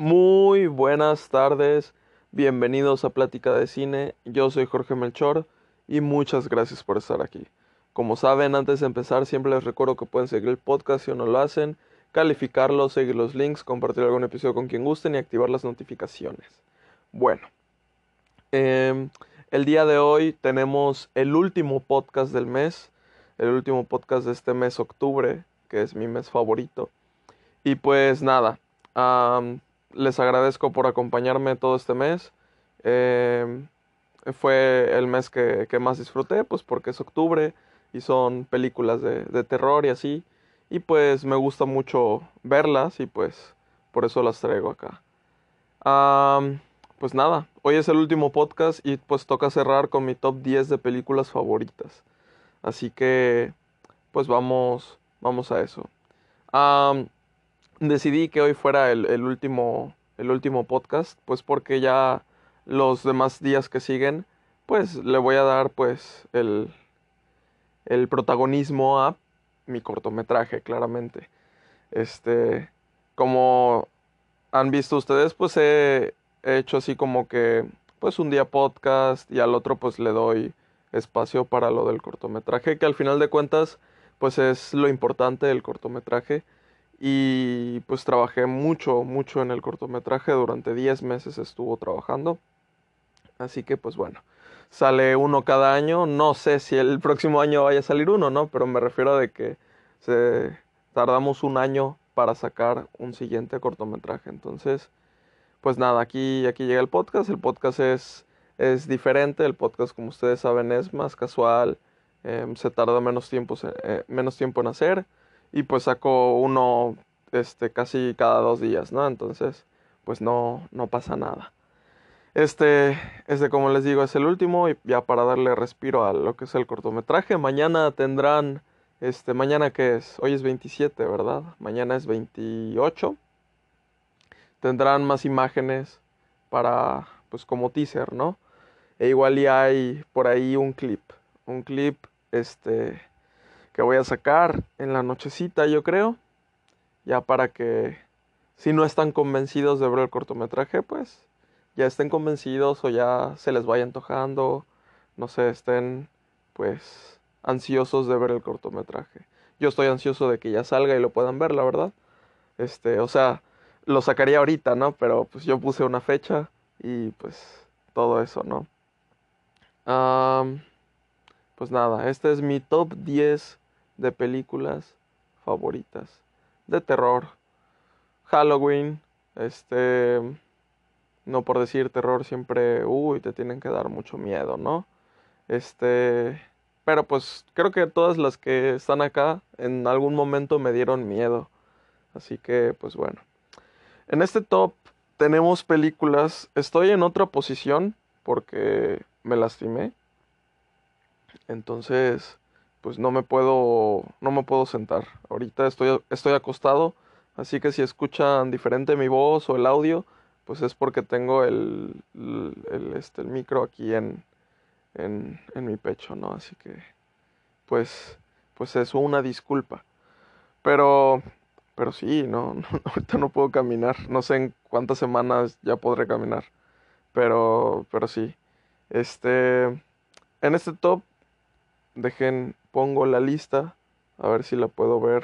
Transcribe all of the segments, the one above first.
Muy buenas tardes, bienvenidos a Plática de Cine, yo soy Jorge Melchor y muchas gracias por estar aquí. Como saben, antes de empezar siempre les recuerdo que pueden seguir el podcast si no lo hacen, calificarlo, seguir los links, compartir algún episodio con quien gusten y activar las notificaciones. Bueno, em, el día de hoy tenemos el último podcast del mes, el último podcast de este mes octubre, que es mi mes favorito. Y pues nada, am, les agradezco por acompañarme todo este mes. Em, Fue el mes que más disfruté, pues porque es octubre y son películas de terror y así. Y pues me gusta mucho verlas y pues por eso las traigo acá. Am, pues nada, hoy es el último podcast y pues toca cerrar con mi top 10 de películas favoritas. Así que pues vamos a eso. Am, Decidí que hoy fuera el último podcast, pues porque ya los demás días que siguen, pues le voy a dar pues el protagonismo a mi cortometraje, claramente. Este, como han visto ustedes, pues he hecho así como que, pues un día podcast y al otro pues le doy espacio para lo del cortometraje, que al final de cuentas, pues es lo importante del cortometraje. Y pues trabajé mucho en el cortometraje, durante 10 meses estuvo trabajando. Así que pues bueno, sale uno cada año. No sé si el próximo año vaya a salir uno, ¿no? Pero me refiero a de que tardamos un año para sacar un siguiente cortometraje. Entonces, pues nada, aquí llega el podcast. El podcast es diferente. El podcast, como ustedes saben, es más casual. Se tarda menos tiempo en hacer. Y pues saco uno casi cada 2 días, ¿no? Entonces, pues no pasa nada. Como les digo, es el último. Y ya para darle respiro a lo que es el cortometraje. Mañana tendrán. ¿Mañana qué es? Hoy es 27, ¿verdad? Mañana es 28. Tendrán más imágenes para, pues como teaser, ¿no? E igual y hay por ahí un clip, que voy a sacar en la nochecita, yo creo, ya para que, si no están convencidos de ver el cortometraje, pues ya estén convencidos o ya se les vaya antojando, no sé, estén, pues, ansiosos de ver el cortometraje. Yo estoy ansioso de que ya salga y lo puedan ver, la verdad. O sea, lo sacaría ahorita, ¿no? Pero pues yo puse una fecha y pues todo eso, ¿no? Am, pues nada, este es mi top 10 de películas favoritas de terror. Halloween, no por decir terror siempre, uy, te tienen que dar mucho miedo, ¿no? Este, pero pues creo que todas las que están acá en algún momento me dieron miedo. Así que, pues bueno. En este top tenemos películas. Estoy en otra posición porque me lastimé. Entonces, pues no me puedo sentar. Ahorita estoy acostado. Así que si escuchan diferente mi voz o el audio, pues es porque tengo el micro aquí en mi pecho, ¿no? Así que, pues, pues eso, una disculpa. Pero, pero sí, no, ahorita no puedo caminar. No sé en cuántas semanas ya podré caminar. Pero sí. Este, en este top, pongo la lista. A ver si la puedo ver.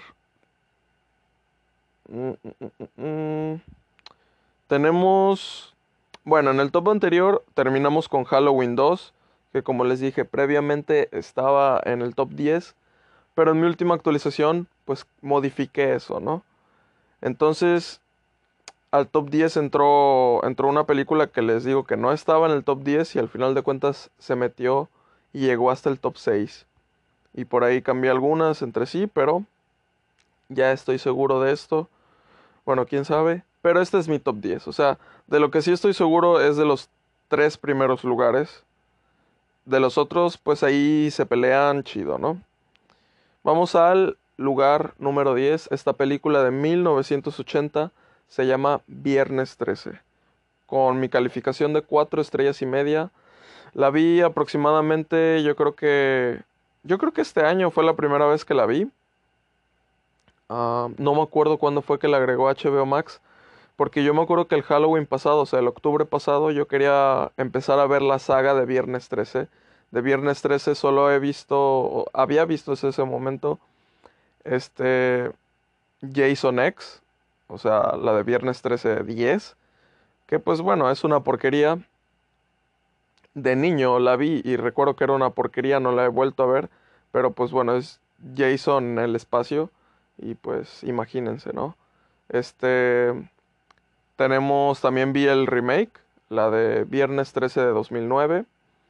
Mm, mm, mm, mm, mm. Tenemos, bueno, en el top anterior terminamos con Halloween 2, que como les dije previamente estaba en el top 10, pero en mi última actualización, pues modifiqué eso, ¿no? Entonces, al top 10 entró una película que les digo que no estaba en el top 10 y al final de cuentas se metió y llegó hasta el top 6. Y por ahí cambié algunas entre sí, pero ya estoy seguro de esto. Bueno, quién sabe, pero este es mi top 10. O sea, de lo que sí estoy seguro es de los tres primeros lugares. De los otros, pues ahí se pelean chido, ¿no? Vamos al lugar número 10. Esta película de 1980 se llama Viernes 13. Con mi calificación de 4 estrellas y media. La vi aproximadamente, yo creo que este año fue la primera vez que la vi. No me acuerdo cuándo fue que la agregó HBO Max, Porque yo me acuerdo que el Halloween pasado, o sea, el octubre pasado, yo quería empezar a ver la saga de Viernes 13. De Viernes 13 solo he visto, había visto hasta ese momento, este, Jason X, o sea, la de Viernes 13 10, que pues bueno, es una porquería. De niño la vi y recuerdo que era una porquería, no la he vuelto a ver, pero pues bueno, es Jason en el espacio y pues imagínense, ¿no? Este, también vi el remake, la de Viernes 13 de 2009.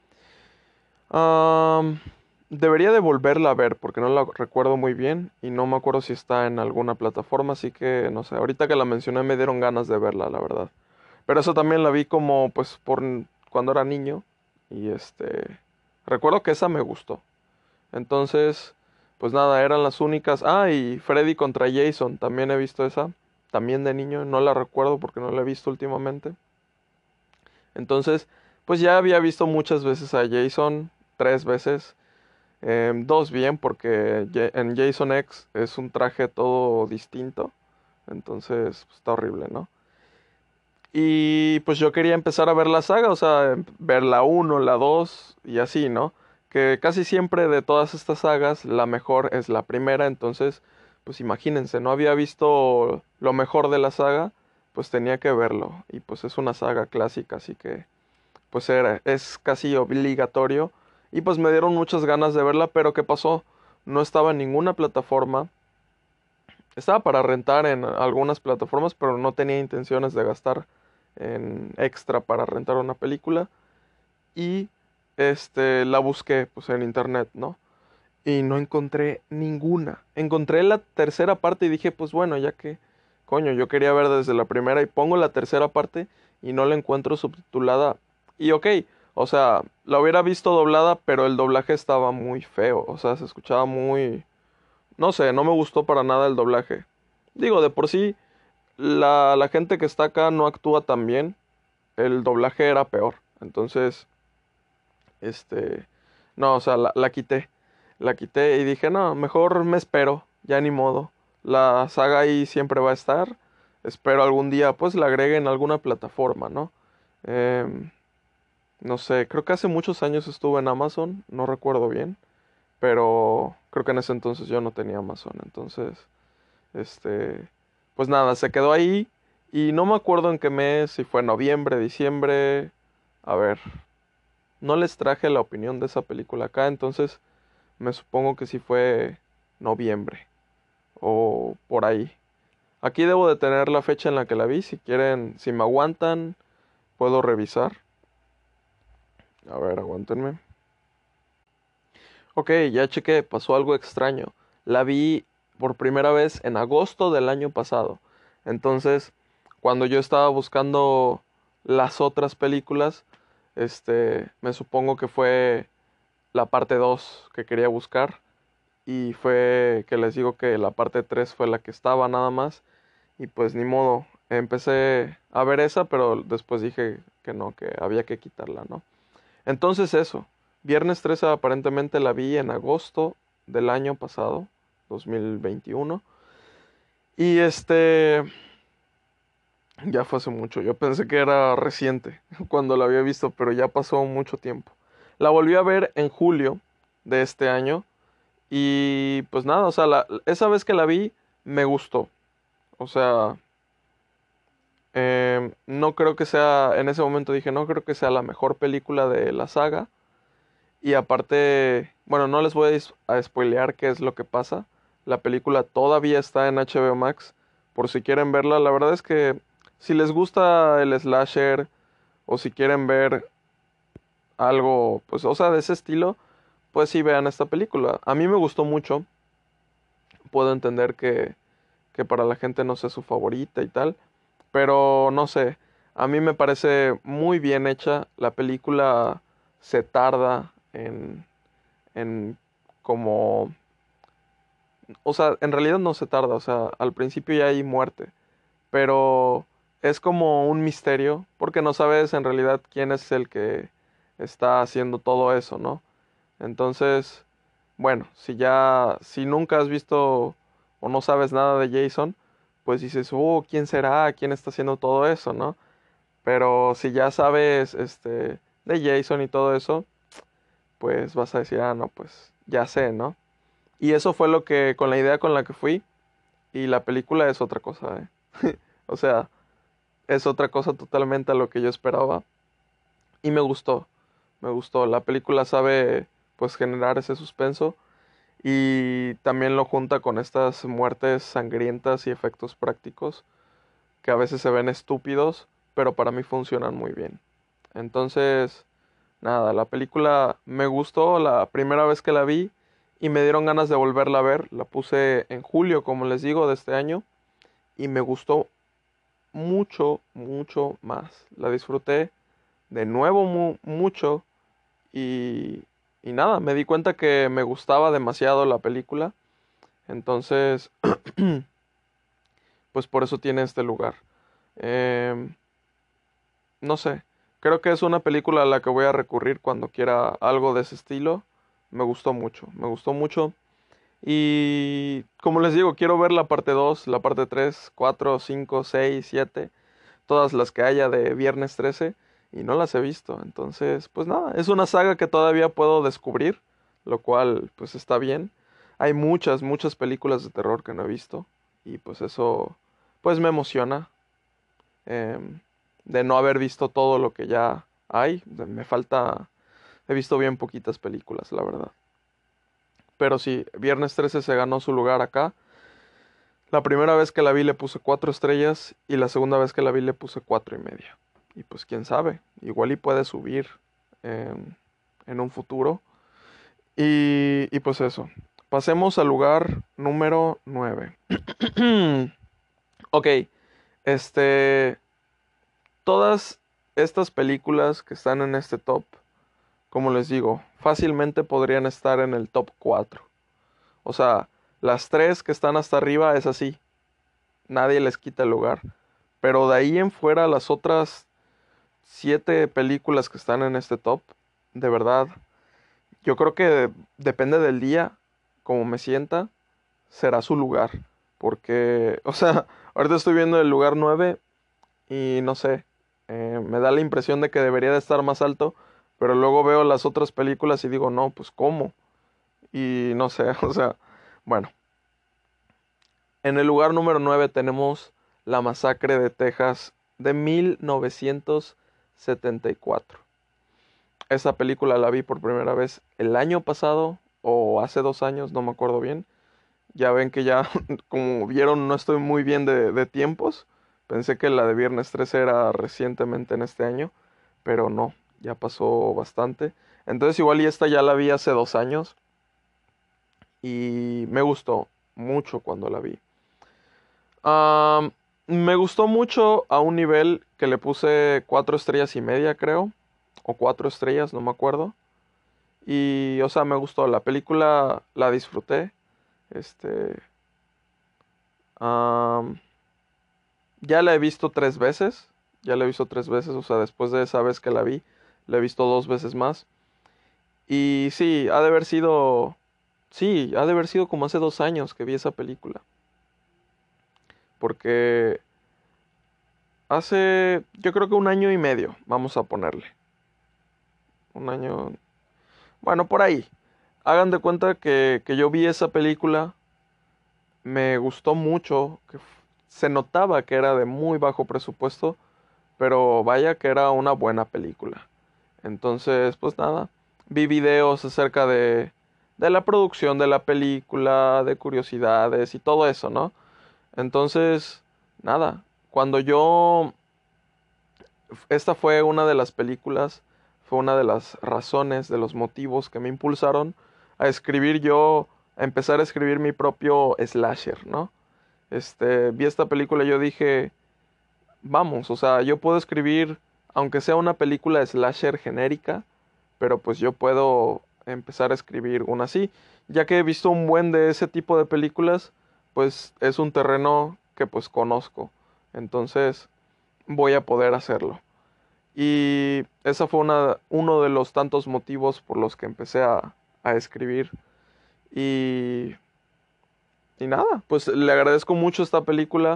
Am, Debería de volverla a ver porque no la recuerdo muy bien y no me acuerdo si está en alguna plataforma, así que no sé, ahorita que la mencioné me dieron ganas de verla, la verdad. Pero eso también la vi como pues por cuando era niño y recuerdo que esa me gustó. Entonces, pues nada, eran las únicas. Ah, y Freddy contra Jason, también he visto esa, también de niño, no la recuerdo porque no la he visto últimamente. Entonces, pues ya había visto muchas veces a Jason, 3 veces. Dos bien, porque en Jason X es un traje todo distinto. Entonces, pues, está horrible, ¿no? Y pues yo quería empezar a ver la saga, o sea, ver la uno, la 2 y así, ¿no? Que casi siempre de todas estas sagas, la mejor es la primera, entonces, pues imagínense, no había visto lo mejor de la saga, pues tenía que verlo. Y pues es una saga clásica, así que pues es casi obligatorio. Y pues me dieron muchas ganas de verla, pero ¿qué pasó? No estaba en ninguna plataforma. Estaba para rentar en algunas plataformas, pero no tenía intenciones de gastar en extra para rentar una película. Y la busqué pues en internet, ¿no? Y no encontré ninguna. Encontré la tercera parte y dije, pues bueno, ya que, coño, yo quería ver desde la primera y pongo la tercera parte y no la encuentro subtitulada. Y ok, o sea, la hubiera visto doblada, pero el doblaje estaba muy feo. O sea, se escuchaba muy... No sé, no me gustó para nada el doblaje. Digo, de por sí, la gente que está acá no actúa tan bien. El doblaje era peor. Entonces, este... No, o sea, la quité. La quité y dije, no, mejor me espero. Ya ni modo. La saga ahí siempre va a estar. Espero algún día, pues, la agregue en alguna plataforma, ¿no? Em, no sé, creo que hace muchos años estuve en Amazon. No recuerdo bien. Pero creo que en ese entonces yo no tenía Amazon. Entonces... Este, pues nada, se quedó ahí y no me acuerdo en qué mes, si fue noviembre, diciembre. A ver, no les traje la opinión de esa película acá, entonces me supongo que sí fue noviembre o por ahí. Aquí debo de tener la fecha en la que la vi, si quieren, si me aguantan, puedo revisar. A ver, aguántenme. Ok, ya chequé, pasó algo extraño. La vi por primera vez en agosto del año pasado. Entonces, cuando yo estaba buscando las otras películas, me supongo que fue la parte 2 que quería buscar. Y fue que les digo que la parte 3 fue la que estaba nada más. Y pues ni modo, empecé a ver esa, pero después dije que no, que había que quitarla, ¿no? Entonces eso, Viernes 13 aparentemente la vi en agosto del año pasado, 2021. Y ya fue hace mucho, yo pensé que era reciente cuando la había visto, pero ya pasó mucho tiempo. La volví a ver en julio de este año y pues nada, o sea, esa vez que la vi me gustó. O sea, no creo que sea, en ese momento dije, no creo que sea la mejor película de la saga. Y aparte, bueno, no les voy a spoilear qué es lo que pasa. La película todavía está en HBO Max, por si quieren verla. La verdad es que si les gusta el slasher o si quieren ver algo, pues, o sea, de ese estilo, pues sí vean esta película. A mí me gustó mucho. Puedo entender que para la gente no sea su favorita y tal, pero no sé. A mí me parece muy bien hecha. La película se tarda en como, o sea, en realidad no se tarda, o sea, al principio ya hay muerte, pero es como un misterio, porque no sabes en realidad quién es el que está haciendo todo eso, ¿no? Entonces, bueno, si nunca has visto o no sabes nada de Jason, pues dices, oh, ¿quién será? ¿Quién está haciendo todo eso, no? Pero si ya sabes, de Jason y todo eso, pues vas a decir, ah, no, pues ya sé, ¿no? Y eso fue lo que, con la idea con la que fui, y la película es otra cosa, ¿eh? O sea, es otra cosa totalmente a lo que yo esperaba, y me gustó, me gustó. La película sabe, pues, generar ese suspenso, y también lo junta con estas muertes sangrientas y efectos prácticos, que a veces se ven estúpidos, pero para mí funcionan muy bien. Entonces, nada, la película me gustó la primera vez que la vi y me dieron ganas de volverla a ver. La puse en julio, como les digo, de este año y me gustó mucho, mucho más. La disfruté de nuevo mucho y, y nada, me di cuenta que me gustaba demasiado la película. Entonces, pues por eso tiene este lugar. Em, no sé, creo que es una película a la que voy a recurrir cuando quiera algo de ese estilo. Me gustó mucho, me gustó mucho. Y como les digo, quiero ver la parte 2, la parte 3, 4, 5, 6, 7, todas las que haya de Viernes 13 y no las he visto. Entonces, pues nada, es una saga que todavía puedo descubrir, lo cual pues está bien. Hay muchas, muchas películas de terror que no he visto y pues eso pues me emociona em, de no haber visto todo lo que ya hay. Me falta, he visto bien poquitas películas, la verdad. Pero sí, Viernes 13 se ganó su lugar acá. La primera vez que la vi le puse 4 estrellas y la segunda vez que la vi le puse 4.5. Y pues quién sabe, igual y puede subir en, en un futuro. Y pues eso. Pasemos al lugar número 9. Ok, este... Todas estas películas que están en este top, como les digo, fácilmente podrían estar en el top 4. O sea, las tres que están hasta arriba es así, nadie les quita el lugar. Pero de ahí en fuera, las otras 7 películas que están en este top, de verdad, yo creo que depende del día, como me sienta, será su lugar. Porque, o sea, ahorita estoy viendo el lugar 9 y no sé, me da la impresión de que debería de estar más alto, pero luego veo las otras películas y digo, no, pues ¿cómo? Y no sé, o sea, bueno. En el lugar número 9 tenemos La Masacre de Texas de 1974. Esa película la vi por primera vez el año pasado o hace 2 años, no me acuerdo bien. Ya ven que ya, como vieron, no estoy muy bien de tiempos. Pensé que la de Viernes 13 era recientemente en este año, pero no, ya pasó bastante. Entonces igual y esta ya la vi hace 2 años y me gustó mucho cuando la vi. Am, Me gustó mucho a un nivel que le puse 4 estrellas y media, creo, o 4 estrellas, no me acuerdo. Y, o sea, me gustó, la película la disfruté. Este, am, ya la he visto 3 veces, ya la he visto 3 veces, o sea, después de esa vez que la vi, la he visto 2 veces más. Y sí, ha de haber sido como hace 2 años que vi esa película, porque hace, yo creo que un año y medio, vamos a ponerle, un año, bueno, por ahí. Hagan de cuenta que yo vi esa película, me gustó mucho, se notaba que era de muy bajo presupuesto, pero vaya que era una buena película. Entonces, pues nada, vi videos acerca de la producción de la película, de curiosidades y todo eso, ¿no? Entonces, nada, cuando yo, esta fue una de las películas, fue una de las razones, de los motivos que me impulsaron a escribir yo, a empezar a escribir mi propio slasher, ¿no? Vi esta película y yo dije, vamos, o sea, yo puedo escribir, aunque sea una película slasher genérica, pero pues yo puedo empezar a escribir una así, ya que he visto un buen de ese tipo de películas, pues es un terreno que pues conozco, entonces voy a poder hacerlo. Y esa fue uno de los tantos motivos por los que empecé a escribir. Y, y nada, pues le agradezco mucho esta película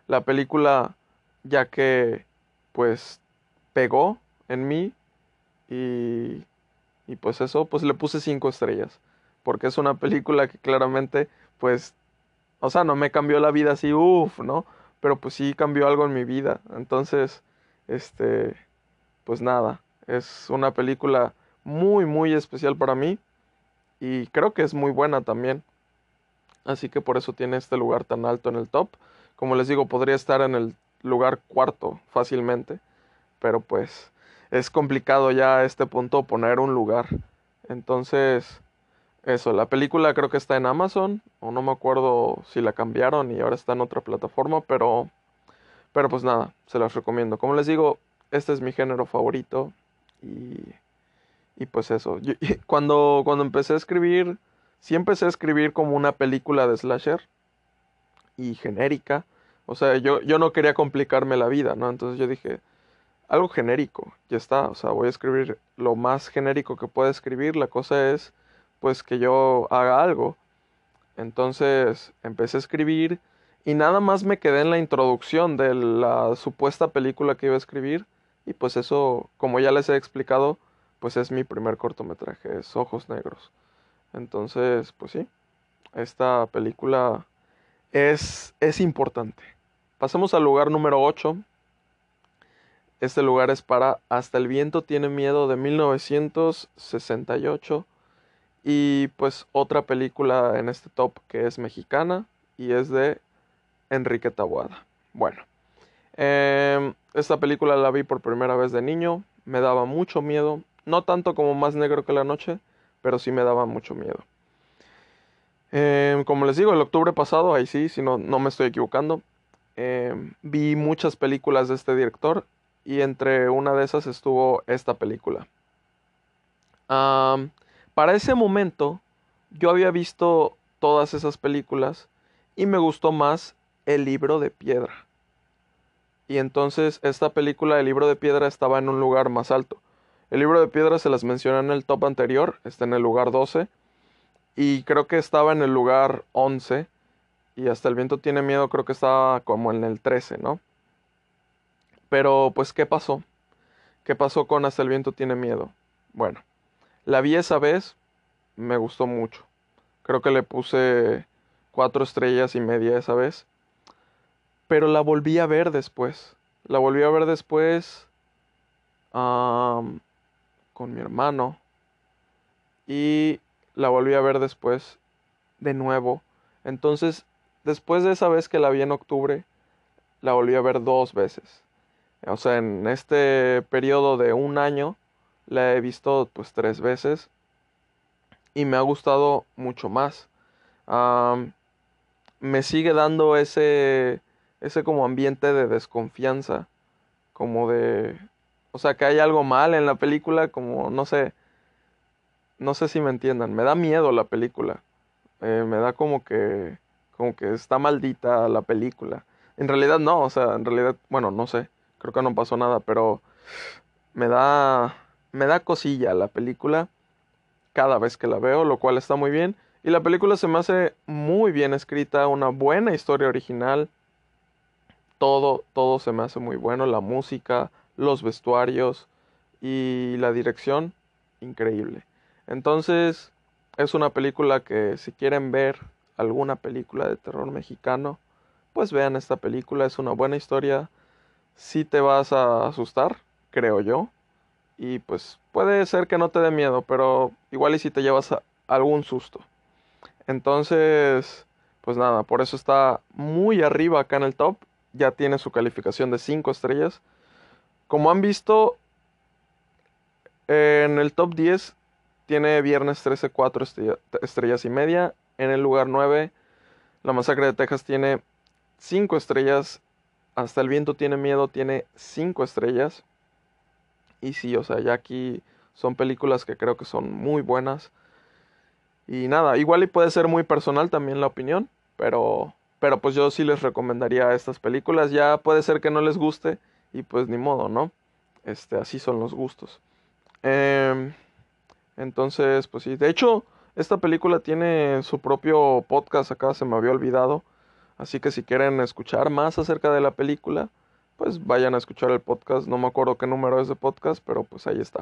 la película, ya que pues pegó en mí y, y pues eso, pues le puse 5 estrellas, porque es una película que claramente pues, o sea, no me cambió la vida así, uff, ¿no? Pero pues sí cambió algo en mi vida. Entonces, este, pues nada, es una película muy, muy especial para mí y creo que es muy buena también. Así que por eso tiene este lugar tan alto en el top. Como les digo, podría estar en el lugar cuarto fácilmente, pero pues es complicado ya a este punto poner un lugar. Entonces, eso, la película creo que está en Amazon, o no me acuerdo si la cambiaron y ahora está en otra plataforma, pero pues nada, se las recomiendo. Como les digo, este es mi género favorito y, y pues eso. Cuando empecé a escribir, sí empecé a escribir como una película de slasher y genérica. O sea, yo no quería complicarme la vida, ¿no? Entonces yo dije, algo genérico, ya está. O sea, voy a escribir lo más genérico que pueda escribir. La cosa es, pues, que yo haga algo. Entonces empecé a escribir y nada más me quedé en la introducción de la supuesta película que iba a escribir. Y pues eso, como ya les he explicado, pues es mi primer cortometraje, es Ojos Negros. Entonces, pues sí, esta película es importante. Pasemos al lugar número 8. Este lugar es para Hasta el viento tiene miedo de 1968. Y pues otra película en este top que es mexicana y es de Enrique Taboada. Bueno, esta película la vi por primera vez de niño. Me daba mucho miedo. No tanto como Más negro que la noche, pero sí me daba mucho miedo. Como les digo, el octubre pasado, ahí sí, si no me estoy equivocando, vi muchas películas de este director y entre una de esas estuvo esta película. Am, para ese momento, yo había visto todas esas películas y me gustó más El libro de piedra. Y entonces esta película, El libro de piedra, estaba en un lugar más alto. El libro de piedra se las mencioné en el top anterior, está en el lugar 12. Y creo que estaba en el lugar 11. Y Hasta el viento tiene miedo creo que estaba como en el 13, ¿no? Pero pues, ¿qué pasó? ¿Qué pasó con Hasta el viento tiene miedo? Bueno, la vi esa vez, me gustó mucho. Creo que le puse 4 estrellas y media esa vez. Pero la volví a ver después. La volví a ver después am, con mi hermano. Y la volví a ver después de nuevo. Entonces, después de esa vez que la vi en octubre, la volví a ver 2 veces. O sea, en este periodo de un año la he visto pues 3 veces y me ha gustado mucho más. Am, Me sigue dando ese como ambiente de desconfianza, como de, o sea, que hay algo mal en la película, como no sé si me entiendan, me da miedo la película. Me da como que está maldita la película. En realidad no, o sea, en realidad, bueno, no sé, creo que no pasó nada, pero me da, me da cosilla la película cada vez que la veo, lo cual está muy bien. Y la película se me hace muy bien escrita, una buena historia original, todo se me hace muy bueno, la música, los vestuarios y la dirección, increíble. Entonces, es una película que si quieren ver alguna película de terror mexicano, pues vean esta película, es una buena historia, sí te vas a asustar, creo yo, y pues puede ser que no te dé miedo, pero igual y si te llevas algún susto. Entonces, pues nada, por eso está muy arriba acá en el top. Ya tiene su calificación de 5 estrellas. Como han visto, en el top 10 tiene Viernes 13 4 estrellas y media. En el lugar 9, La Masacre de Texas tiene 5 estrellas. Hasta el viento tiene miedo, tiene 5 estrellas. Y sí, o sea, ya aquí son películas que creo que son muy buenas. Y nada, igual y puede ser muy personal también la opinión, pero pues yo sí les recomendaría estas películas. Ya puede ser que no les guste y pues ni modo, ¿no? Así son los gustos. Em, entonces, pues sí. De hecho, esta película tiene su propio podcast acá, se me había olvidado. Así que si quieren escuchar más acerca de la película, pues vayan a escuchar el podcast. No me acuerdo qué número es de podcast, pero pues ahí está.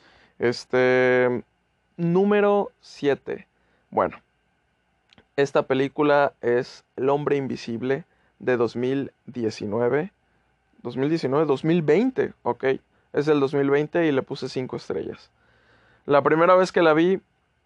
Número 7. Bueno, esta película es El Hombre Invisible de 2019. 2019, 2020, ok. Es del 2020 y le puse 5 estrellas. La primera vez que la vi,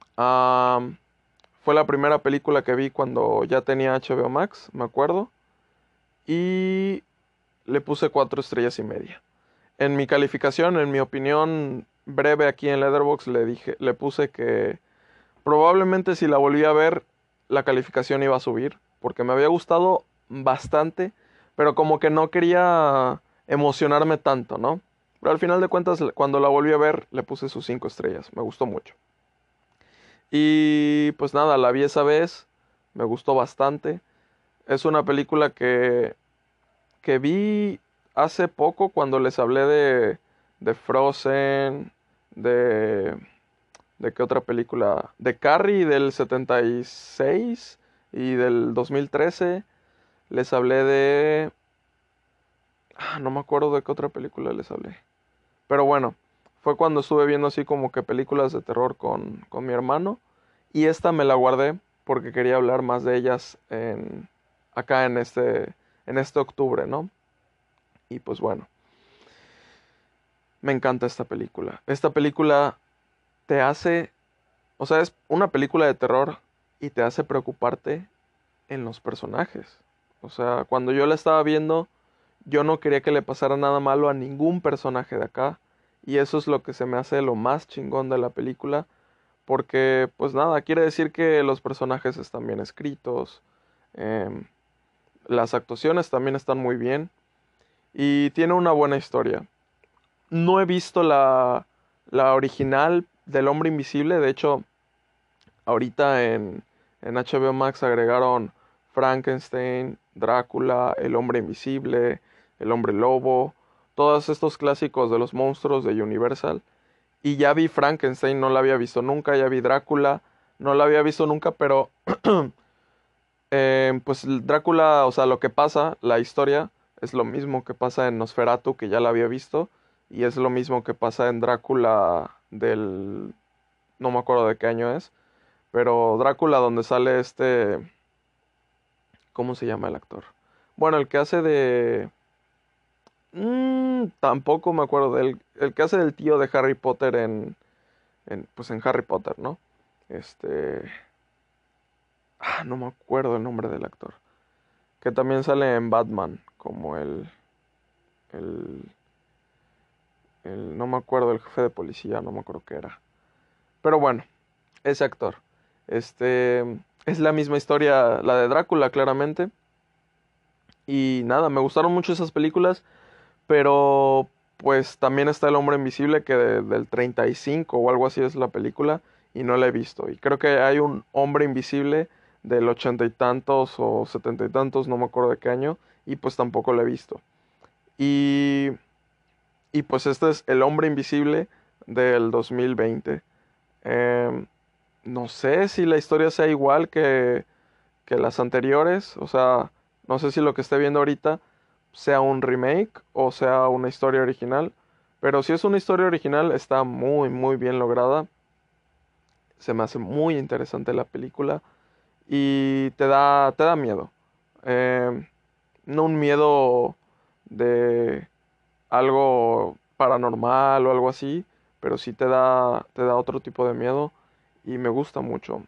fue la primera película que vi cuando ya tenía HBO Max, me acuerdo. Y le puse 4 estrellas y media. En mi calificación, en mi opinión breve aquí en Letterboxd, le puse que probablemente si la volví a ver, la calificación iba a subir, porque me había gustado bastante, pero como que no quería emocionarme tanto, ¿no? Pero al final de cuentas, cuando la volví a ver, le puse sus 5 estrellas, me gustó mucho. Y pues nada, la vi esa vez, me gustó bastante. Es una película que vi hace poco cuando les hablé de Frozen, de... ¿De qué otra película? De Carrie del 76 y del 2013. Les hablé de... no me acuerdo de qué otra película les hablé. Pero bueno, fue cuando estuve viendo así como que películas de terror con mi hermano. Y esta me la guardé porque quería hablar más de ellas acá en este octubre, ¿no? Y pues bueno, me encanta esta película. Esta película te hace, o sea, es una película de terror y te hace preocuparte en los personajes. O sea, cuando yo la estaba viendo, yo no quería que le pasara nada malo a ningún personaje de acá. Y eso es lo que se me hace lo más chingón de la película. Porque, pues nada, quiere decir que los personajes están bien escritos. em, las actuaciones también están muy bien. Y tiene una buena historia. No he visto la original del Hombre Invisible. De hecho, ahorita en HBO Max agregaron Frankenstein, Drácula, El Hombre Invisible, El Hombre Lobo, todos estos clásicos de los monstruos de Universal. Y ya vi Frankenstein, no la había visto nunca, ya vi Drácula, no la había visto nunca, pero pues Drácula, o sea, lo que pasa, la historia, es lo mismo que pasa en Nosferatu, que ya la había visto, y es lo mismo que pasa en Drácula del... no me acuerdo de qué año es, pero Drácula donde sale ¿cómo se llama el actor? Bueno, el que hace de... tampoco me acuerdo de él. El que hace del tío de Harry Potter pues en Harry Potter, ¿no? Este... no me acuerdo el nombre del actor. Que también sale en Batman, como el, no me acuerdo, el jefe de policía, no me acuerdo qué era. Pero bueno, ese actor. Es la misma historia, la de Drácula, claramente. Y nada, me gustaron mucho esas películas, pero pues también está El Hombre Invisible, que del 35 o algo así es la película, y no la he visto. Y creo que hay un Hombre Invisible del 80 y tantos o 70 y tantos, no me acuerdo de qué año, y pues tampoco la he visto. Y, y pues este es El Hombre Invisible del 2020. Em, no sé si la historia sea igual que las anteriores, o sea, no sé si lo que esté viendo ahorita sea un remake o sea una historia original, pero si es una historia original está muy muy bien lograda, se me hace muy interesante la película y te da miedo. Em, no un miedo de algo paranormal o algo así, pero sí te da otro tipo de miedo y me gusta mucho.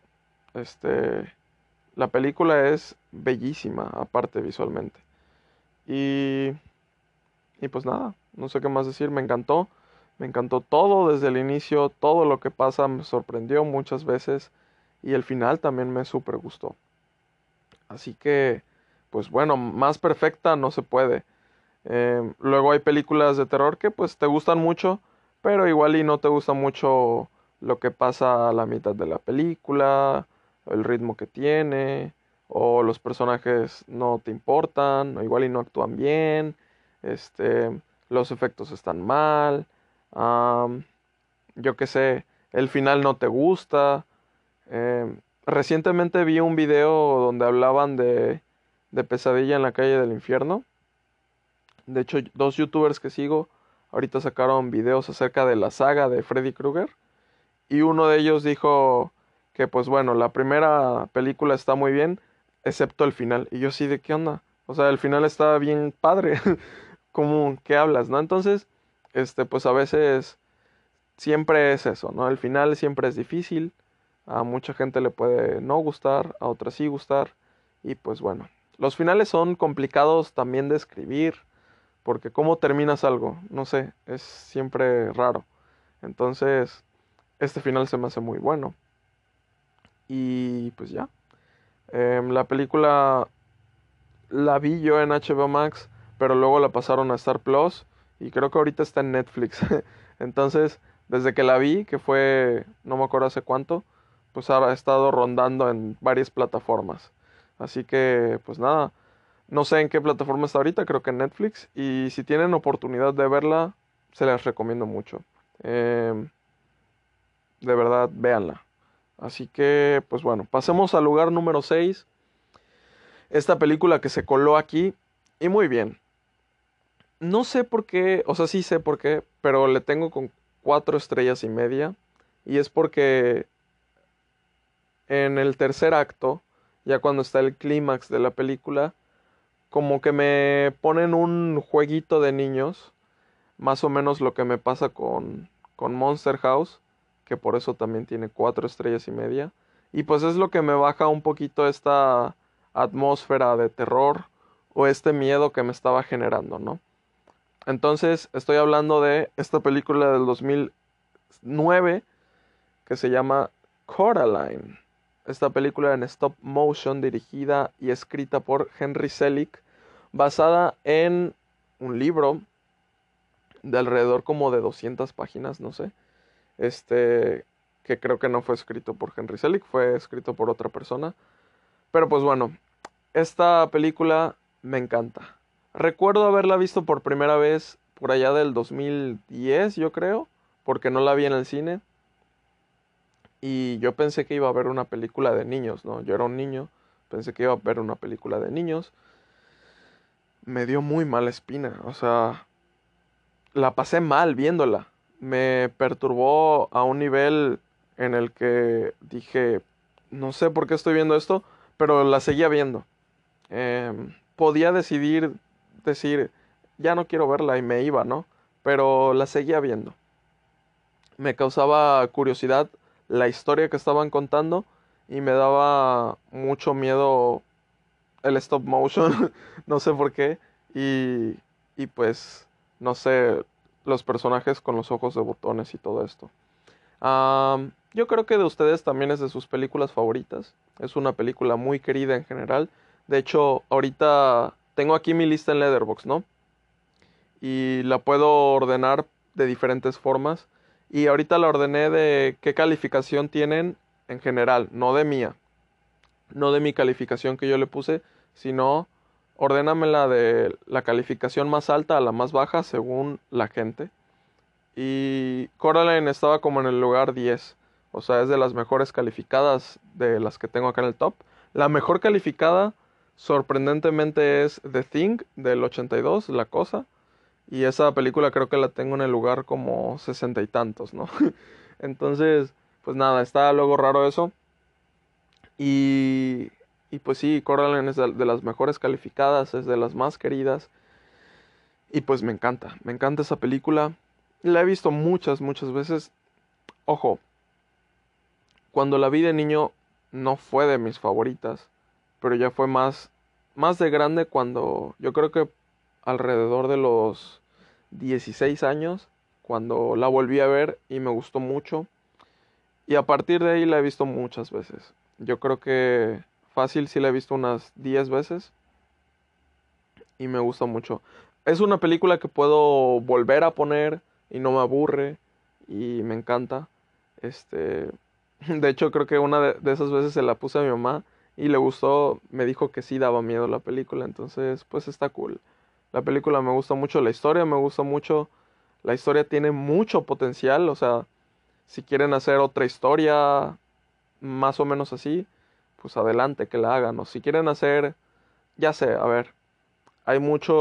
La película es bellísima, aparte visualmente. Y, y pues nada, no sé qué más decir, me encantó todo desde el inicio, todo lo que pasa me sorprendió muchas veces y el final también me súper gustó. Así que, pues bueno, más perfecta no se puede. Luego hay películas de terror que pues te gustan mucho, pero igual y no te gusta mucho lo que pasa a la mitad de la película, el ritmo que tiene, o los personajes no te importan, o igual y no actúan bien, los efectos están mal, am, yo qué sé, el final no te gusta. Recientemente vi un video donde hablaban de Pesadilla en la calle del infierno. De hecho, dos youtubers que sigo ahorita sacaron videos acerca de la saga de Freddy Krueger. Y uno de ellos dijo que pues bueno, la primera película está muy bien, excepto el final. Y yo sí, ¿de qué onda? O sea, el final está bien padre. ¿Cómo qué hablas, no? Entonces, pues a veces siempre es eso, ¿no? El final siempre es difícil. A mucha gente le puede no gustar, a otras sí gustar. Y pues bueno, los finales son complicados también de escribir, porque cómo terminas algo, no sé, es siempre raro. Entonces, este final se me hace muy bueno. Y pues ya. La película la vi yo en HBO Max, pero luego la pasaron a Star Plus y creo que ahorita está en Netflix. Entonces, desde que la vi, que fue, no me acuerdo hace cuánto, pues ahora ha estado rondando en varias plataformas. Así que, pues nada, no sé en qué plataforma está ahorita, creo que en Netflix. Y si tienen oportunidad de verla, se las recomiendo mucho. Em, de verdad, véanla. Así que, pues bueno, pasemos al lugar número 6. Esta película que se coló aquí. Y muy bien. No sé por qué, o sea, sí sé por qué, pero le tengo con 4 estrellas y media. Y es porque en el tercer acto, ya cuando está el clímax de la película, como que me ponen un jueguito de niños. Más o menos lo que me pasa con Monster House, que por eso también tiene 4 estrellas y media. Y pues es lo que me baja un poquito esta atmósfera de terror o este miedo que me estaba generando, ¿no? Entonces estoy hablando de esta película del 2009 que se llama Coraline. Esta película en stop motion dirigida y escrita por Henry Selick, basada en un libro de alrededor como de 200 páginas, no sé. Que creo que no fue escrito por Henry Selick, fue escrito por otra persona. Pero pues bueno, esta película me encanta. Recuerdo haberla visto por primera vez por allá del 2010, yo creo, porque no la vi en el cine. Y yo pensé que iba a ver una película de niños, ¿no? Yo era un niño, pensé que iba a ver una película de niños. Me dio muy mala espina, o sea, la pasé mal viéndola. Me perturbó a un nivel en el que dije, no sé por qué estoy viendo esto, pero la seguía viendo. Podía decir, ya no quiero verla y me iba, ¿no? Pero la seguía viendo. Me causaba curiosidad la historia que estaban contando y me daba mucho miedo el stop motion, no sé por qué. Y, y pues, no sé, los personajes con los ojos de botones y todo esto. Yo creo que de ustedes también es de sus películas favoritas. Es una película muy querida en general. De hecho, ahorita tengo aquí mi lista en Letterboxd, ¿no? Y la puedo ordenar de diferentes formas. Y ahorita la ordené de qué calificación tienen en general, no de mía, no de mi calificación que yo le puse, sino ordénamela de la calificación más alta a la más baja según la gente. Y Coraline estaba como en el lugar 10. O sea, es de las mejores calificadas de las que tengo acá en el top. La mejor calificada, sorprendentemente, es The Thing del 82, La Cosa. Y esa película creo que la tengo en el lugar como 60 y tantos, ¿no? Entonces, pues nada, está luego raro eso. Y, y pues sí, Coraline es de las mejores calificadas, es de las más queridas. Y pues me encanta esa película. La he visto muchas, muchas veces. Ojo, cuando la vi de niño no fue de mis favoritas, pero ya fue más de grande cuando yo creo que alrededor de los 16 años, cuando la volví a ver y me gustó mucho. Y a partir de ahí la he visto muchas veces. Yo creo que fácil sí la he visto unas 10 veces y me gusta mucho. Es una película que puedo volver a poner y no me aburre y me encanta. Este, de hecho creo que una de esas veces se la puse a mi mamá y le gustó, me dijo que sí daba miedo la película, entonces pues está cool. La película me gusta mucho, la historia me gusta mucho, la historia tiene mucho potencial, o sea, si quieren hacer otra historia más o menos así, pues adelante que la hagan, o si quieren hacer ya sé, a ver, hay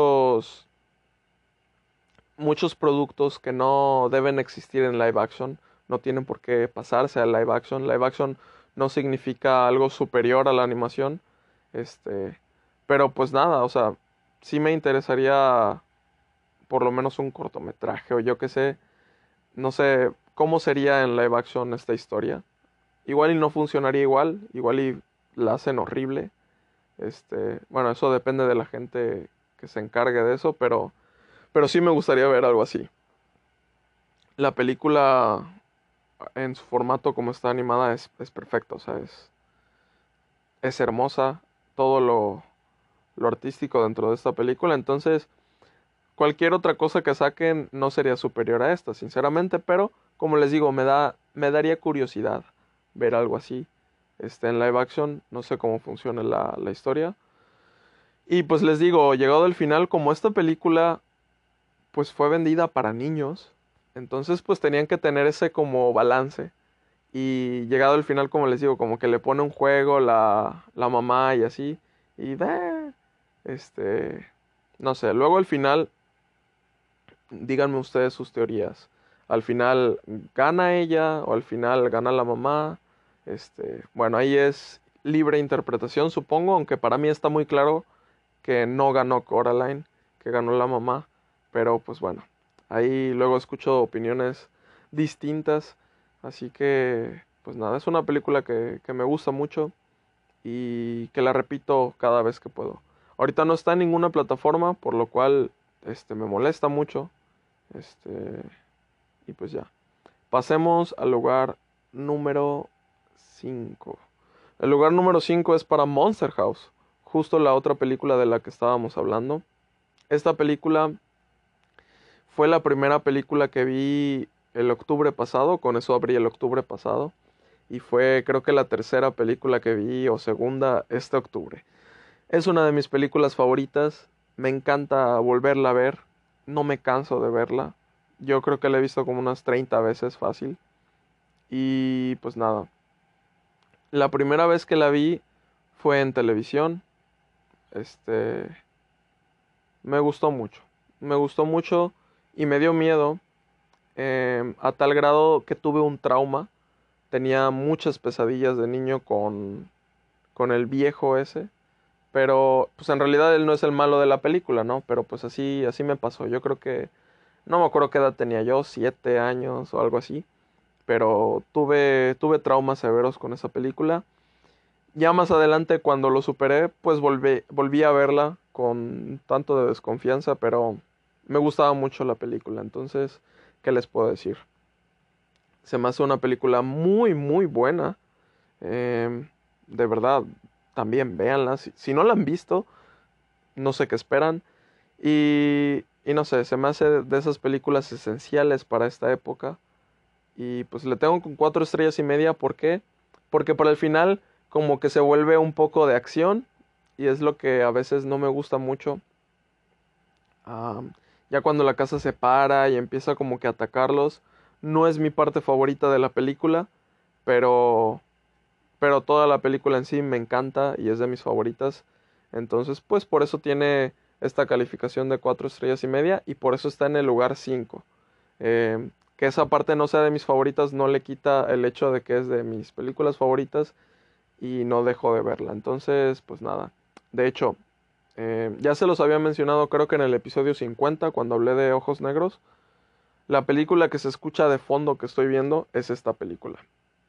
muchos productos que no deben existir en live action, no tienen por qué pasarse a live action. Live action no significa algo superior a la animación, este, pero pues nada, o sea, sí me interesaría por lo menos un cortometraje o yo qué sé, no sé cómo sería en live action esta historia. Igual y no funcionaría igual, igual y la hacen horrible. Bueno, eso depende de la gente que se encargue de eso, pero sí me gustaría ver algo así. La película en su formato como está animada es perfecta, o sea, es hermosa, todo lo artístico dentro de esta película, entonces cualquier otra cosa que saquen no sería superior a esta, sinceramente, pero como les digo, me daría curiosidad ver algo así, en live action, no sé cómo funciona la historia. Y pues les digo, llegado al final, como esta película pues fue vendida para niños, entonces pues tenían que tener ese como balance. Y llegado al final, como les digo, como que le pone un juego la mamá y así. Y ve, este, no sé, luego al final, díganme ustedes sus teorías. Al final gana ella o al final gana la mamá. Bueno, ahí es libre interpretación, supongo, aunque para mí está muy claro que no ganó Coraline, que ganó la mamá. Pero pues bueno, ahí luego escucho opiniones distintas. Así que, pues nada, es una película que me gusta mucho y que la repito cada vez que puedo. Ahorita no está en ninguna plataforma, por lo cual me molesta mucho. Este, y pues ya. Pasemos al lugar número 5. El lugar número 5 es para Monster House, justo la otra película de la que estábamos hablando. Esta película fue la primera película que vi el octubre pasado, con eso abrí el octubre pasado, y fue creo que la tercera película que vi o segunda este octubre. Es una de mis películas favoritas, me encanta volverla a ver, no me canso de verla. Yo creo que la he visto como unas 30 veces fácil. Y pues nada, la primera vez que la vi fue en televisión. Este, me gustó mucho y me dio miedo, a tal grado que tuve un trauma. Tenía muchas pesadillas de niño con el viejo ese. Pero pues en realidad él no es el malo de la película, ¿no? Pero pues así me pasó. Yo creo que, no me acuerdo qué edad tenía yo, 7 años o algo así. Pero tuve traumas severos con esa película. Ya más adelante, cuando lo superé, pues volví a verla con tanto de desconfianza, pero me gustaba mucho la película. Entonces, ¿qué les puedo decir? Se me hace una película muy, muy buena. De verdad, también véanla. Si no la han visto, no sé qué esperan. Y no sé, se me hace de esas películas esenciales para esta época. Y pues le tengo con 4 estrellas y media. ¿Por qué? Porque para el final como que se vuelve un poco de acción. Y es lo que a veces no me gusta mucho. Ya cuando la casa se para y empieza como que a atacarlos. No es mi parte favorita de la película. Pero pero toda la película en sí me encanta y es de mis favoritas. Entonces, pues por eso tiene esta calificación de 4 estrellas y media y por eso está en el lugar 5. Que esa parte no sea de mis favoritas no le quita el hecho de que es de mis películas favoritas y no dejo de verla. Entonces, pues nada. De hecho, ya se los había mencionado creo que en el episodio 50 cuando hablé de Ojos Negros. La película que se escucha de fondo que estoy viendo es esta película.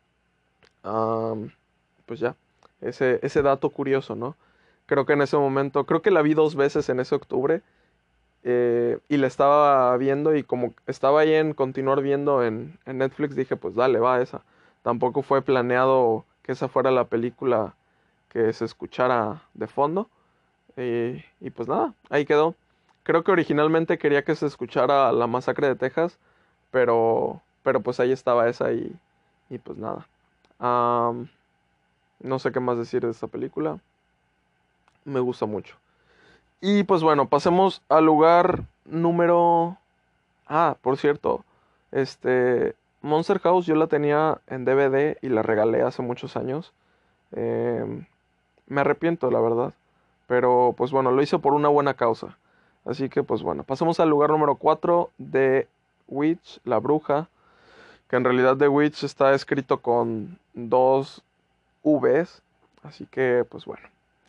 Pues ya, ese dato curioso, ¿no? Creo que en ese momento, creo que la vi 2 veces en ese octubre, y la estaba viendo y como estaba ahí en continuar viendo en Netflix, dije, pues dale, va esa. Tampoco fue planeado que esa fuera la película que se escuchara de fondo. Y pues nada, ahí quedó. Creo que originalmente quería que se escuchara La Masacre de Texas, pero pues ahí estaba esa y pues nada. Am, no sé qué más decir de esta película. Me gusta mucho. Y pues bueno, pasemos al lugar número... Ah, por cierto. Este... Monster House yo la tenía en DVD y la regalé hace muchos años. Me arrepiento, la verdad. Pero pues bueno, lo hizo por una buena causa. Así que pues bueno, pasamos al lugar número 4 de Witch, La Bruja, que en realidad The Witch está escrito con dos Vs, así que pues bueno.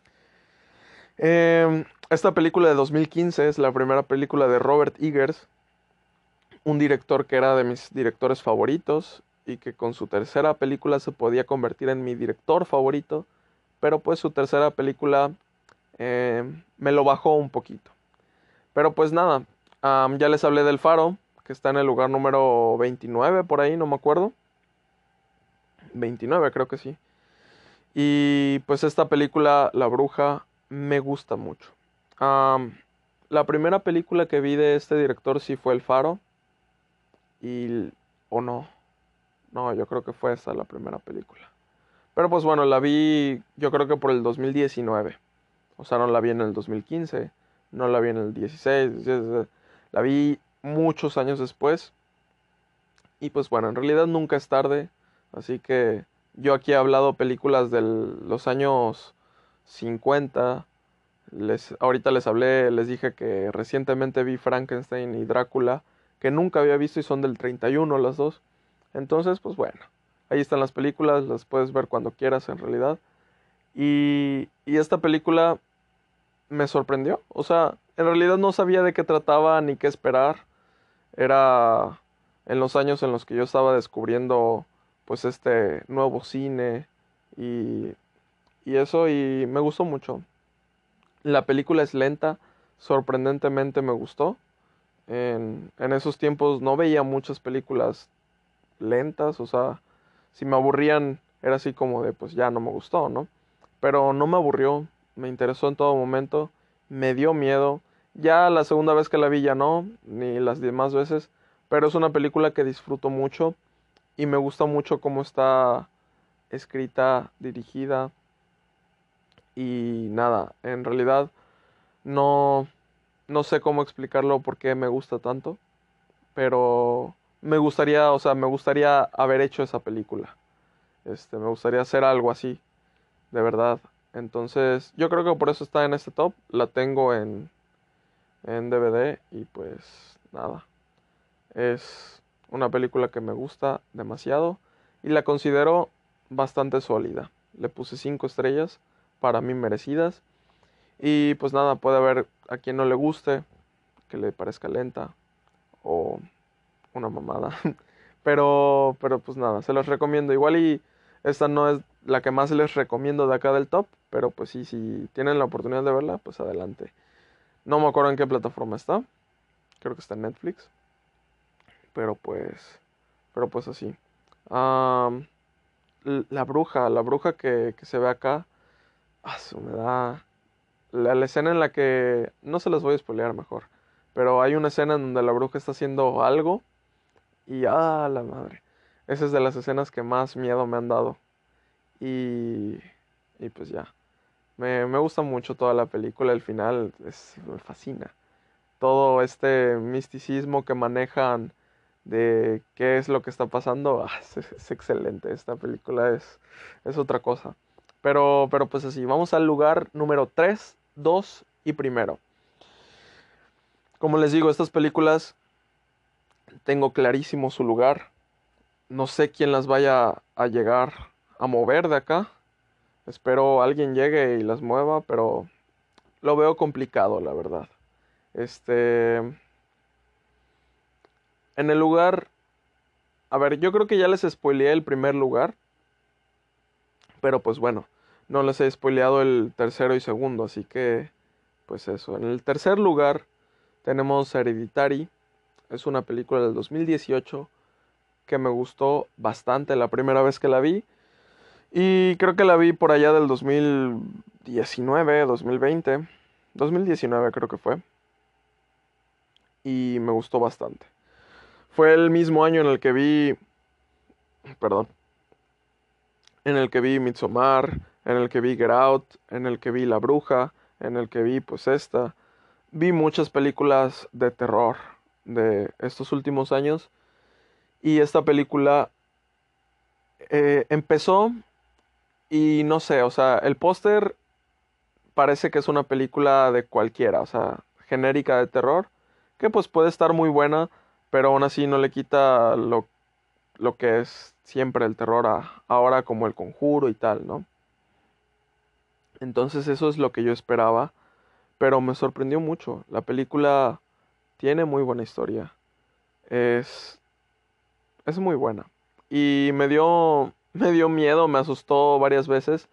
Esta película de 2015 es la primera película de Robert Eggers, un director que era de mis directores favoritos y que con su tercera película se podía convertir en mi director favorito, pero pues su tercera película me lo bajó un poquito. Pero pues nada, ya les hablé del Faro, que está en el lugar número 29 por ahí, no me acuerdo. 29 creo que sí. Y pues esta película, La Bruja, me gusta mucho. La primera película que vi de este director sí fue El Faro. O no. No, yo creo que fue esa la primera película. Pero pues bueno, la vi yo creo que por el 2019. O sea, no la vi en el 2015. No la vi en el 16. La vi muchos años después. Y pues bueno, en realidad nunca es tarde. Así que yo aquí he hablado películas de los años 50. Ahorita les hablé, les dije que recientemente vi Frankenstein y Drácula, que nunca había visto y son del 31 las dos. Entonces, pues bueno, ahí están las películas, las puedes ver cuando quieras en realidad. Y esta película me sorprendió. O sea, en realidad no sabía de qué trataba ni qué esperar. Era en los años en los que yo estaba descubriendo pues este nuevo cine y, y eso y me gustó mucho. La película es lenta, sorprendentemente me gustó. En esos tiempos no veía muchas películas lentas, o sea, si me aburrían era así como de pues ya no me gustó, ¿no? Pero no me aburrió, me interesó en todo momento, me dio miedo. Ya la segunda vez que la vi ya no, ni las demás veces, pero es una película que disfruto mucho y me gusta mucho cómo está escrita, dirigida y nada, en realidad no, no sé cómo explicarlo por qué me gusta tanto, pero me gustaría, o sea, me gustaría haber hecho esa película. Me gustaría hacer algo así, de verdad. Entonces, yo creo que por eso está en este top. La tengo en DVD y pues nada. Es una película que me gusta demasiado y la considero bastante sólida. Le puse 5 estrellas para mí merecidas. Y pues nada, puede haber a quien no le guste, que le parezca lenta o una mamada. Pero pues nada, se los recomiendo. Igual y esta no es la que más les recomiendo de acá del top, pero pues sí, si tienen la oportunidad de verla, pues adelante. No me acuerdo en qué plataforma está. Creo que está en Netflix. Pero pues, pero pues así. Am, la bruja que se ve acá, me da la escena en la que, no se las voy a spoilear mejor, pero hay una escena en donde la bruja está haciendo algo y la madre. Esa es de las escenas que más miedo me han dado. Y, y pues ya. Me gusta mucho toda la película, el final me fascina. Todo este misticismo que manejan de qué es lo que está pasando, es excelente. Esta película es otra cosa. Pero pues así, vamos al lugar número 3 2 y primero. Como les digo, estas películas tengo clarísimo su lugar. No sé quién las vaya a llegar a mover de acá. Espero alguien llegue y las mueva, pero lo veo complicado, la verdad. En el lugar, a ver, yo creo que ya les spoileé el primer lugar, pero pues bueno, no les he spoileado el tercero y segundo, así que pues eso. En el tercer lugar tenemos Hereditary. Es una película del 2018 que me gustó bastante la primera vez que la vi. Y creo que la vi por allá del 2019, 2020. 2019 creo que fue. Y me gustó bastante. Fue el mismo año en el que vi, perdón, en el que vi Midsommar, en el que vi Get Out, en el que vi La Bruja, en el que vi pues esta. Vi muchas películas de terror de estos últimos años. Y esta película empezó y no sé, o sea, el póster parece que es una película de cualquiera, o sea, genérica de terror, que pues puede estar muy buena, pero aún así no le quita lo que es siempre el terror ahora como El Conjuro y tal, ¿no? Entonces eso es lo que yo esperaba, pero me sorprendió mucho. La película tiene muy buena historia, es, es muy buena. Y me dio miedo, me asustó varias veces.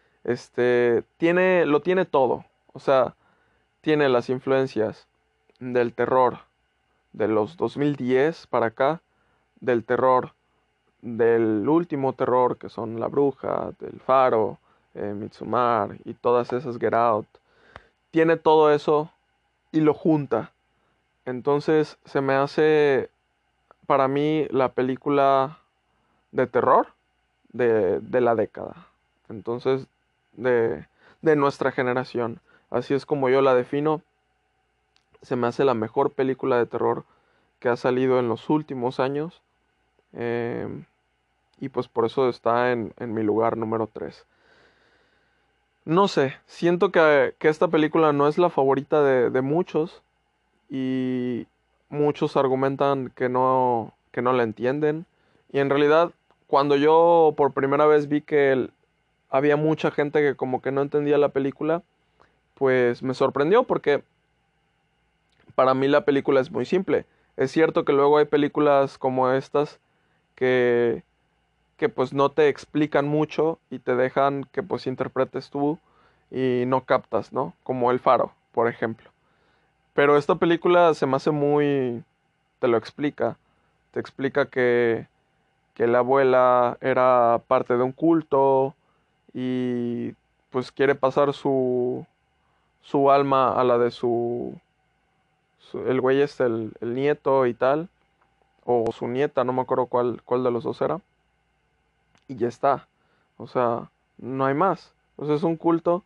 Lo tiene todo, o sea, tiene las influencias del terror de los 2010 para acá, del terror del último terror que son La Bruja, del Faro, Midsommar y todas esas Get Out. Tiene todo eso y lo junta. Entonces se me hace para mí la película de terror de la década. Entonces, de, de nuestra generación. Así es como yo la defino. Se me hace la mejor película de terror que ha salido en los últimos años. em, y pues por eso está en mi lugar número 3. No sé, siento que esta película no es la favorita de muchos y muchos argumentan que no la entienden. Y en realidad, cuando yo por primera vez vi que había mucha gente que como que no entendía la película, pues me sorprendió porque para mí la película es muy simple. Es cierto que luego hay películas como estas que, que pues no te explican mucho y te dejan que pues interpretes tú y no captas, ¿no? Como El Faro, por ejemplo. Pero esta película se me hace muy... te lo explica. Te explica que la abuela era parte de un culto y pues quiere pasar su alma a la de el güey es el nieto y tal, o su nieta, no me acuerdo cuál de los dos era, y ya está. O sea, no hay más. O sea, es un culto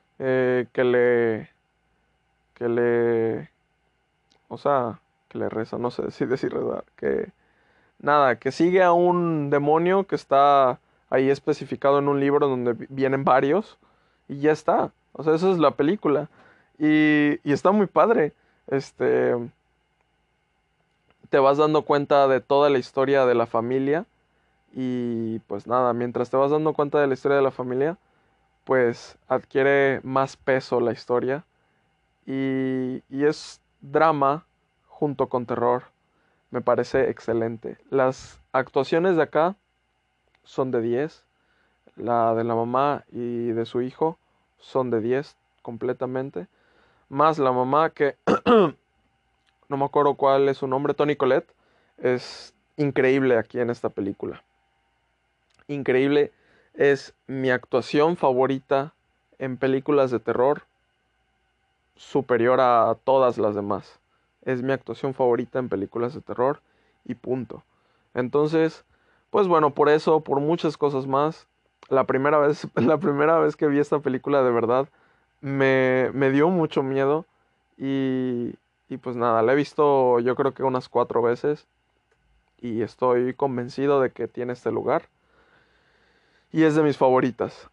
que le, o sea, que le reza, no sé si decir rezar, que nada, que sigue a un demonio que está ahí especificado en un libro donde vienen varios y ya está. O sea, eso es la película. Y está muy padre. Este, te vas dando cuenta de toda la historia de la familia y pues nada, mientras te vas dando cuenta de la historia de la familia, pues adquiere más peso la historia y es drama junto con terror. Me parece excelente. Las actuaciones de acá son de 10. La de la mamá y de su hijo son de 10 completamente. Más la mamá que no me acuerdo cuál es su nombre, Toni Collette, es increíble aquí en esta película. Increíble. Es mi actuación favorita en películas de terror, superior a todas las demás. Es mi actuación favorita en películas de terror y punto. Entonces, pues bueno, por eso, por muchas cosas más, la primera vez que vi esta película de verdad me dio mucho miedo y pues nada, la he visto yo creo que unas 4 veces y estoy convencido de que tiene este lugar y es de mis favoritas.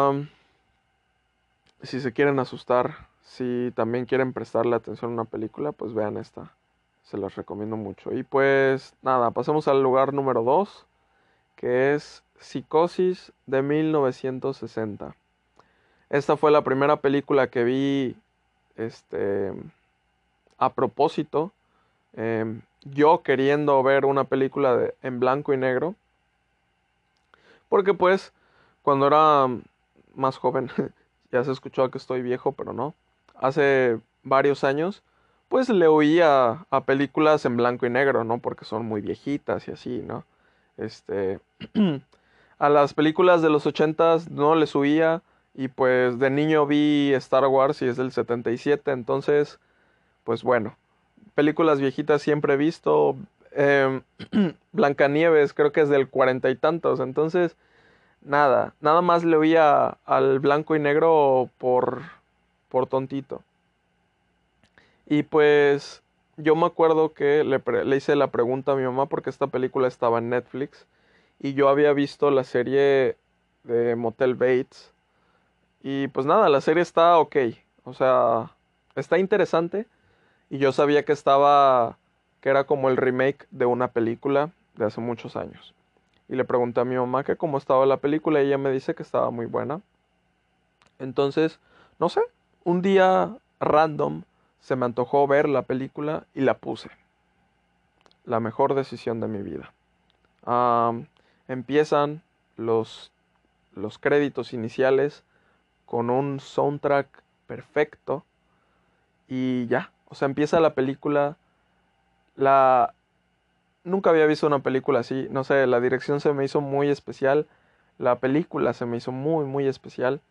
Si se quieren asustar, si también quieren prestarle atención a una película, pues vean esta. Se las recomiendo mucho. Y pues nada, pasemos al lugar número 2, que es Psicosis de 1960. Esta fue la primera película que vi este, a propósito. Yo queriendo ver una película en blanco y negro. Porque pues cuando era más joven, ya se escuchó que estoy viejo, pero no. Hace varios años, pues le oía a películas en blanco y negro, ¿no? Porque son muy viejitas y así, ¿no? Este, a las películas de los 80s no les huía y pues de niño vi Star Wars y es del 77, entonces, pues bueno, películas viejitas siempre he visto. em, Blancanieves creo que es del 40 y tantos, entonces nada más le oía al blanco y negro por tontito. Y pues yo me acuerdo que le hice la pregunta a mi mamá porque esta película estaba en Netflix y yo había visto la serie de Motel Bates Y pues nada, la serie está ok. O sea, está interesante. Y yo sabía que era como el remake de una película de hace muchos años. Y le pregunté a mi mamá que cómo estaba la película y ella me dice que estaba muy buena. Entonces, no sé, un día random se me antojó ver la película y la puse. La mejor decisión de mi vida. Am, empiezan los, los créditos iniciales con un soundtrack perfecto y ya. O sea, empieza la película. La... Nunca había visto una película así. No sé, la dirección se me hizo muy especial. La película se me hizo muy, muy especial.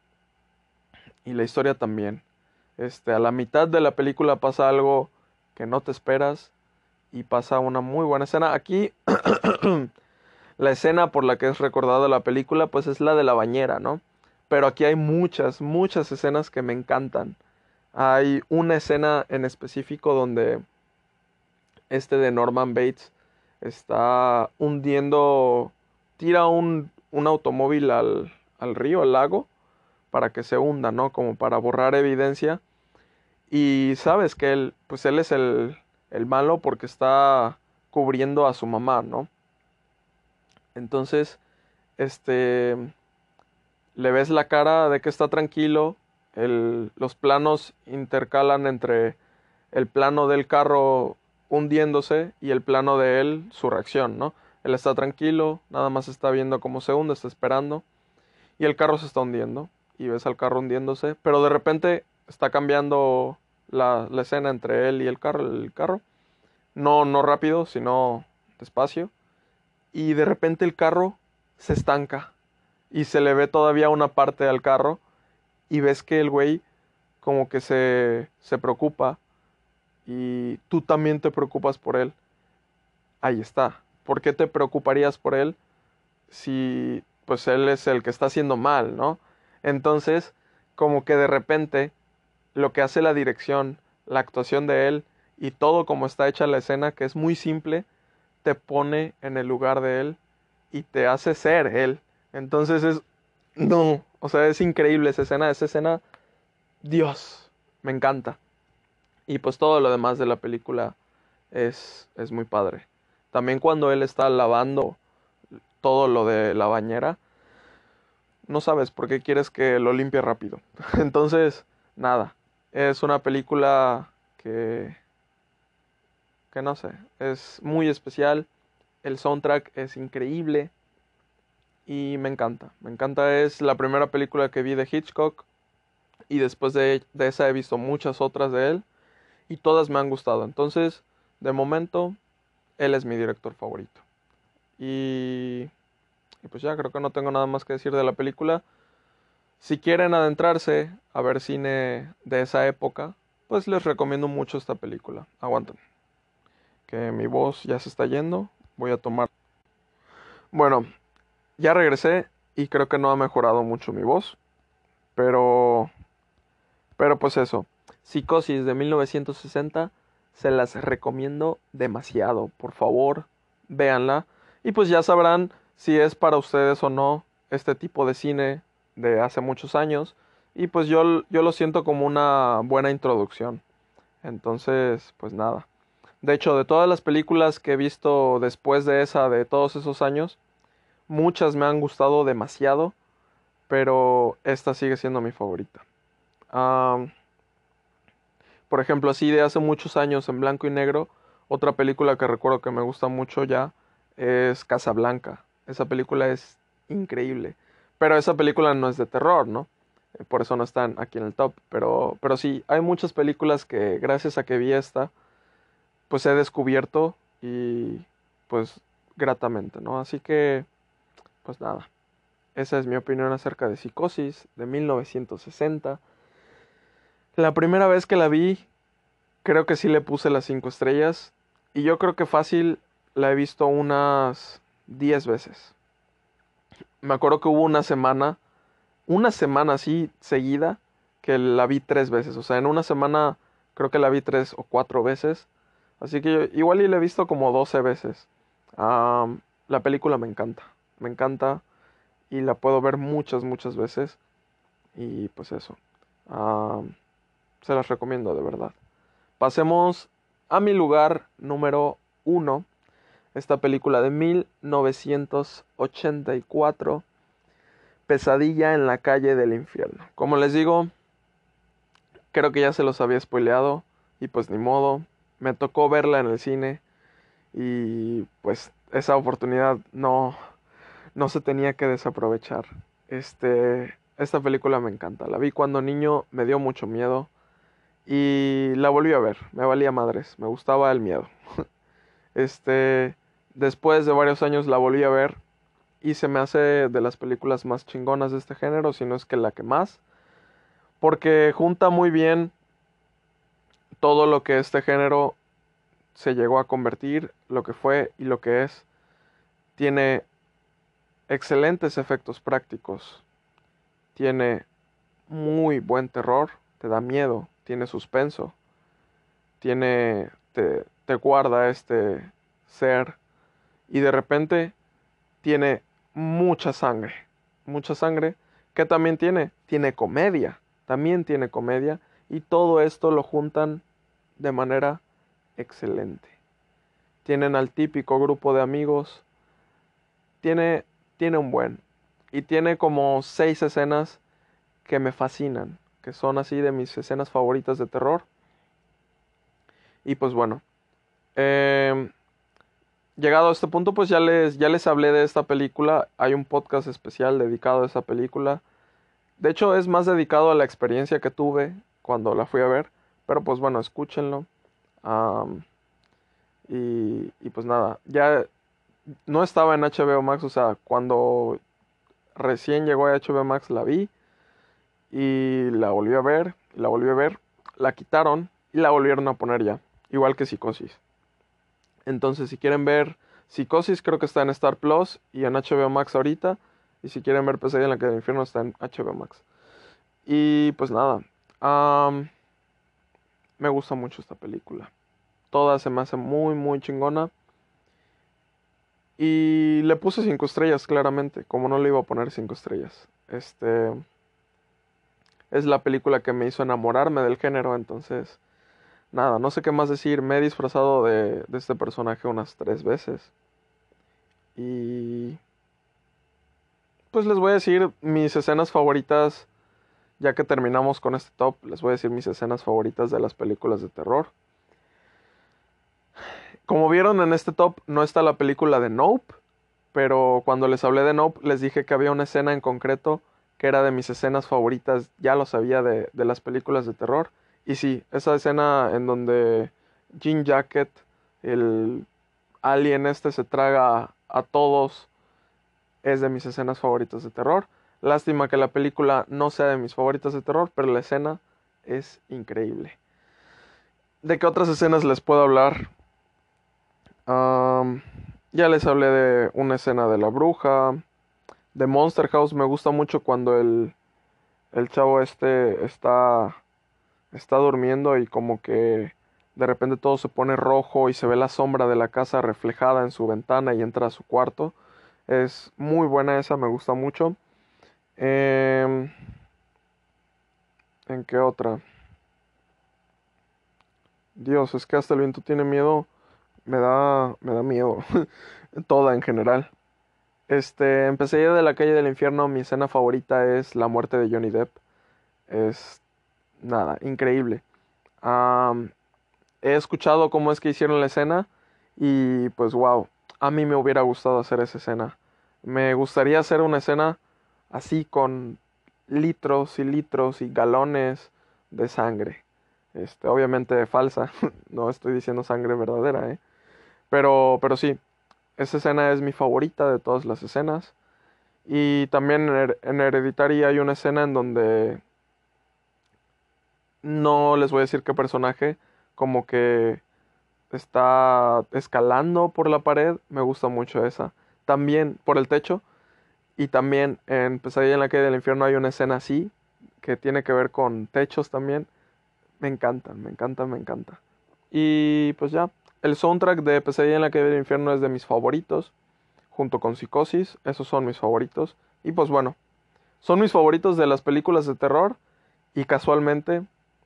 Y la historia también. A la mitad de la película pasa algo que no te esperas y pasa una muy buena escena. Aquí la escena por la que es recordada la película pues es la de la bañera, ¿no? Pero aquí hay muchas, muchas escenas que me encantan. Hay una escena en específico donde de Norman Bates está hundiendo, tira un automóvil al río, al lago, para que se hunda, ¿no? Como para borrar evidencia. Y sabes que él, pues él es el malo porque está cubriendo a su mamá, ¿no? Entonces, este, le ves la cara de que está tranquilo, los planos intercalan entre el plano del carro hundiéndose y el plano de él, su reacción, ¿no? Él está tranquilo, nada más está viendo cómo se hunde, está esperando, y el carro se está hundiendo, y ves al carro hundiéndose, pero de repente está cambiando la escena entre él y el carro, no, no rápido, sino despacio, y de repente el carro se estanca, y se le ve todavía una parte al carro, y ves que el güey como que se preocupa, y tú también te preocupas por él. Ahí está. ¿Por qué te preocuparías por él si pues él es el que está haciendo mal, ¿no? Entonces, como que de repente lo que hace la dirección, la actuación de él y todo como está hecha la escena, que es muy simple, te pone en el lugar de él y te hace ser él. Entonces no, o sea, es increíble esa escena, Dios, me encanta. Y pues todo lo demás de la película es muy padre. También cuando él está lavando todo lo de la bañera, no sabes por qué quieres que lo limpie rápido. Entonces, nada, es una película que no sé, es muy especial. El soundtrack es increíble y me encanta. Me encanta, es la primera película que vi de Hitchcock y después de esa he visto muchas otras de él y todas me han gustado. Entonces, de momento, él es mi director favorito. Y, y pues ya, creo que no tengo nada más que decir de la película. Si quieren adentrarse a ver cine de esa época, pues les recomiendo mucho esta película. Aguanten, que mi voz ya se está yendo. Voy a tomar. Bueno, ya regresé y creo que no ha mejorado mucho mi voz, pero pues eso. Psicosis de 1960 se las recomiendo demasiado. Por favor, véanla y pues ya sabrán si es para ustedes o no este tipo de cine de hace muchos años. Y pues yo lo siento como una buena introducción. Entonces, pues nada. De hecho, de todas las películas que he visto después de esa, de todos esos años, muchas me han gustado demasiado, pero esta sigue siendo mi favorita. Am, por ejemplo, así de hace muchos años en blanco y negro, otra película que recuerdo que me gusta mucho ya es Casablanca. Esa película es increíble. Pero esa película no es de terror, ¿no? Por eso no están aquí en el top. Pero sí, hay muchas películas que gracias a que vi esta, pues he descubierto y pues gratamente, ¿no? Así que, pues nada. Esa es mi opinión acerca de Psicosis de 1960. La primera vez que la vi, creo que sí le puse las 5 estrellas. Y yo creo que fácil la he visto unas 10 veces. Me acuerdo que hubo una semana así seguida, que la vi 3 veces. O sea, en una semana creo que la vi 3 o 4 veces. Así que igual y la he visto como 12 veces. La película me encanta. Me encanta y la puedo ver muchas, muchas veces. Y pues eso. Ah, se las recomiendo de verdad. Pasemos a mi lugar número 1. Esta película de 1984. Pesadilla en la calle del infierno. Como les digo, creo que ya se los había spoileado. Y pues ni modo. Me tocó verla en el cine. Y pues esa oportunidad no se tenía que desaprovechar. Esta película me encanta. La vi cuando niño, me dio mucho miedo. Y la volví a ver. Me valía madres. Me gustaba el miedo. Después de varios años la volví a ver. Y se me hace de las películas más chingonas de este género, si no es que la que más. Porque junta muy bien todo lo que este género se llegó a convertir, lo que fue y lo que es. Tiene excelentes efectos prácticos. Tiene muy buen terror. Te da miedo. Tiene suspenso. Te guarda este ser. Y de repente tiene mucha sangre. Mucha sangre. ¿Qué también tiene comedia. También tiene comedia. Y todo esto lo juntan de manera excelente. Tienen al típico grupo de amigos. Tiene un buen. Y tiene como 6 escenas que me fascinan. Que son así de mis escenas favoritas de terror. Y pues bueno. Llegado a este punto, pues ya les hablé de esta película. Hay un podcast especial dedicado a esa película. De hecho, es más dedicado a la experiencia que tuve cuando la fui a ver. Pero pues bueno, escúchenlo. Am, y pues nada, ya no estaba en HBO Max. O sea, cuando recién llegó a HBO Max la vi. Y la volví a ver, la volví a ver. La quitaron y la volvieron a poner ya. Igual que Psicosis. Entonces, si quieren ver Psicosis, creo que está en Star Plus y en HBO Max ahorita. Y si quieren ver Pesadilla en la calle del infierno, está en HBO Max. Y pues nada, me gusta mucho esta película. Toda se me hace muy, muy chingona. Y le puse 5 estrellas, claramente, como no le iba a poner 5 estrellas. Es la película que me hizo enamorarme del género, entonces, nada, no sé qué más decir. Me he disfrazado de este personaje unas 3 veces. Y pues les voy a decir mis escenas favoritas, ya que terminamos con este top, les voy a decir mis escenas favoritas de las películas de terror. Como vieron en este top, no está la película de Nope, pero cuando les hablé de Nope, les dije que había una escena en concreto que era de mis escenas favoritas, ya lo sabía de las películas de terror. Y sí, esa escena en donde Jean Jacket, el alien se traga a todos, es de mis escenas favoritas de terror. Lástima que la película no sea de mis favoritas de terror, pero la escena es increíble. ¿De qué otras escenas les puedo hablar? Ya les hablé de una escena de la bruja. De Monster House me gusta mucho cuando el chavo está durmiendo y como que de repente todo se pone rojo y se ve la sombra de la casa reflejada en su ventana y entra a su cuarto. Es muy buena esa, me gusta mucho. ¿En qué otra? Dios, es que hasta el viento tiene miedo. Me da miedo. Toda en general. Empecé ya de la calle del infierno. Mi escena favorita es la muerte de Johnny Depp. Es nada, increíble. Am, He escuchado cómo es que hicieron la escena. Y pues wow, a mí me hubiera gustado hacer esa escena. Me gustaría hacer una escena así con litros y litros y galones de sangre. Obviamente falsa. No estoy diciendo sangre verdadera, ¿eh? Pero sí, esa escena es mi favorita de todas las escenas. Y también en Hereditary hay una escena en donde no les voy a decir qué personaje, como que está escalando por la pared. Me gusta mucho esa. También por el techo. Y también en Pesadilla en la calle del infierno hay una escena así, que tiene que ver con techos también. Me encantan, me encanta, me encanta. Y pues ya, el soundtrack de Pesadilla en la calle del infierno es de mis favoritos, junto con Psicosis, esos son mis favoritos. Y pues bueno, son mis favoritos de las películas de terror y casualmente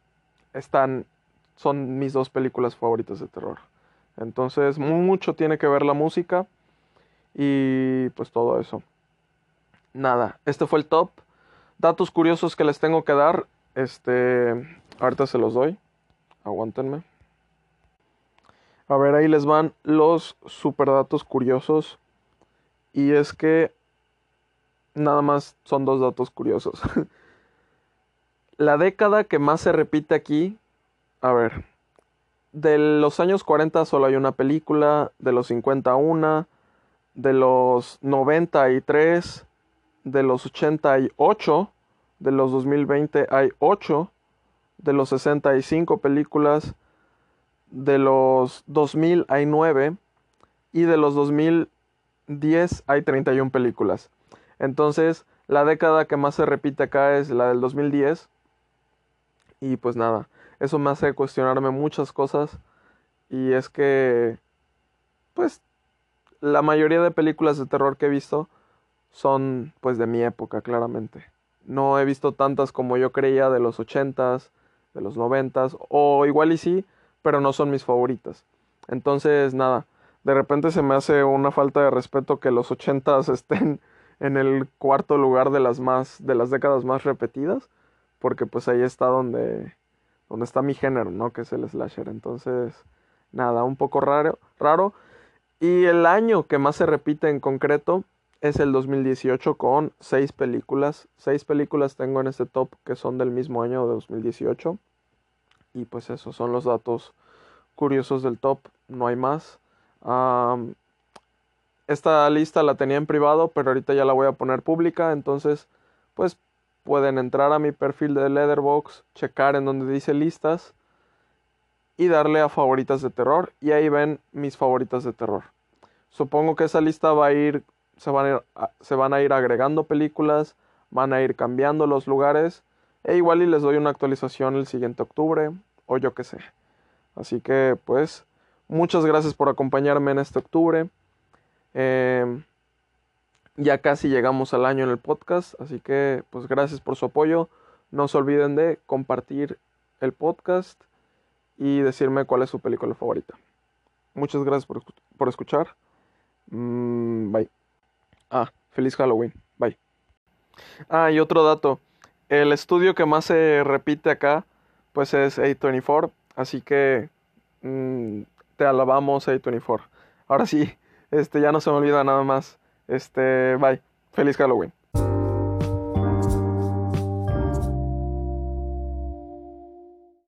son mis dos películas favoritas de terror. Entonces, mucho tiene que ver la música y pues todo eso. Nada, este fue el top. Datos curiosos que les tengo que dar. Ahorita se los doy. Aguántenme. A ver, ahí les van los super datos curiosos. Y es que nada más son dos datos curiosos. La década que más se repite aquí, a ver, de los años 40 solo hay una película, de los 50 una, de los 90 hay 3, de los 80 hay 8, de los 2020 hay 8, de los 60 hay 5 películas, de los 2000 hay 9 y de los 2010 hay 31 películas. Entonces, la década que más se repite acá es la del 2010 y pues nada, eso me hace cuestionarme muchas cosas y es que pues la mayoría de películas de terror que he visto son pues de mi época, claramente. No he visto tantas como yo creía de los 80s, de los 90s, o igual y sí, pero no son mis favoritas. Entonces, nada, de repente se me hace una falta de respeto que los 80s estén en el cuarto lugar de las décadas más repetidas, porque pues ahí está donde está mi género, ¿no? Que es el slasher. Entonces, nada, un poco raro. Y el año que más se repite en concreto es el 2018 con 6 películas. 6 películas tengo en este top que son del mismo año de 2018. Y pues esos son los datos curiosos del top, no hay más. Esta lista la tenía en privado, pero ahorita ya la voy a poner pública, entonces pues pueden entrar a mi perfil de Letterboxd, checar en donde dice listas y darle a favoritas de terror y ahí ven mis favoritas de terror. Supongo que esa lista se van a ir agregando películas, van a ir cambiando los lugares e igual y les doy una actualización el siguiente octubre o yo qué sé. Así que pues muchas gracias por acompañarme en este octubre. Ya casi llegamos al año en el podcast, así que pues gracias por su apoyo. No se olviden de compartir el podcast y decirme cuál es su película favorita. Muchas gracias por escuchar. Bye. Feliz Halloween. Bye. Y otro dato. El estudio que más se repite acá, pues es A24. Así que te alabamos A24. Ahora sí, ya no se me olvida nada más. Bye. Feliz Halloween.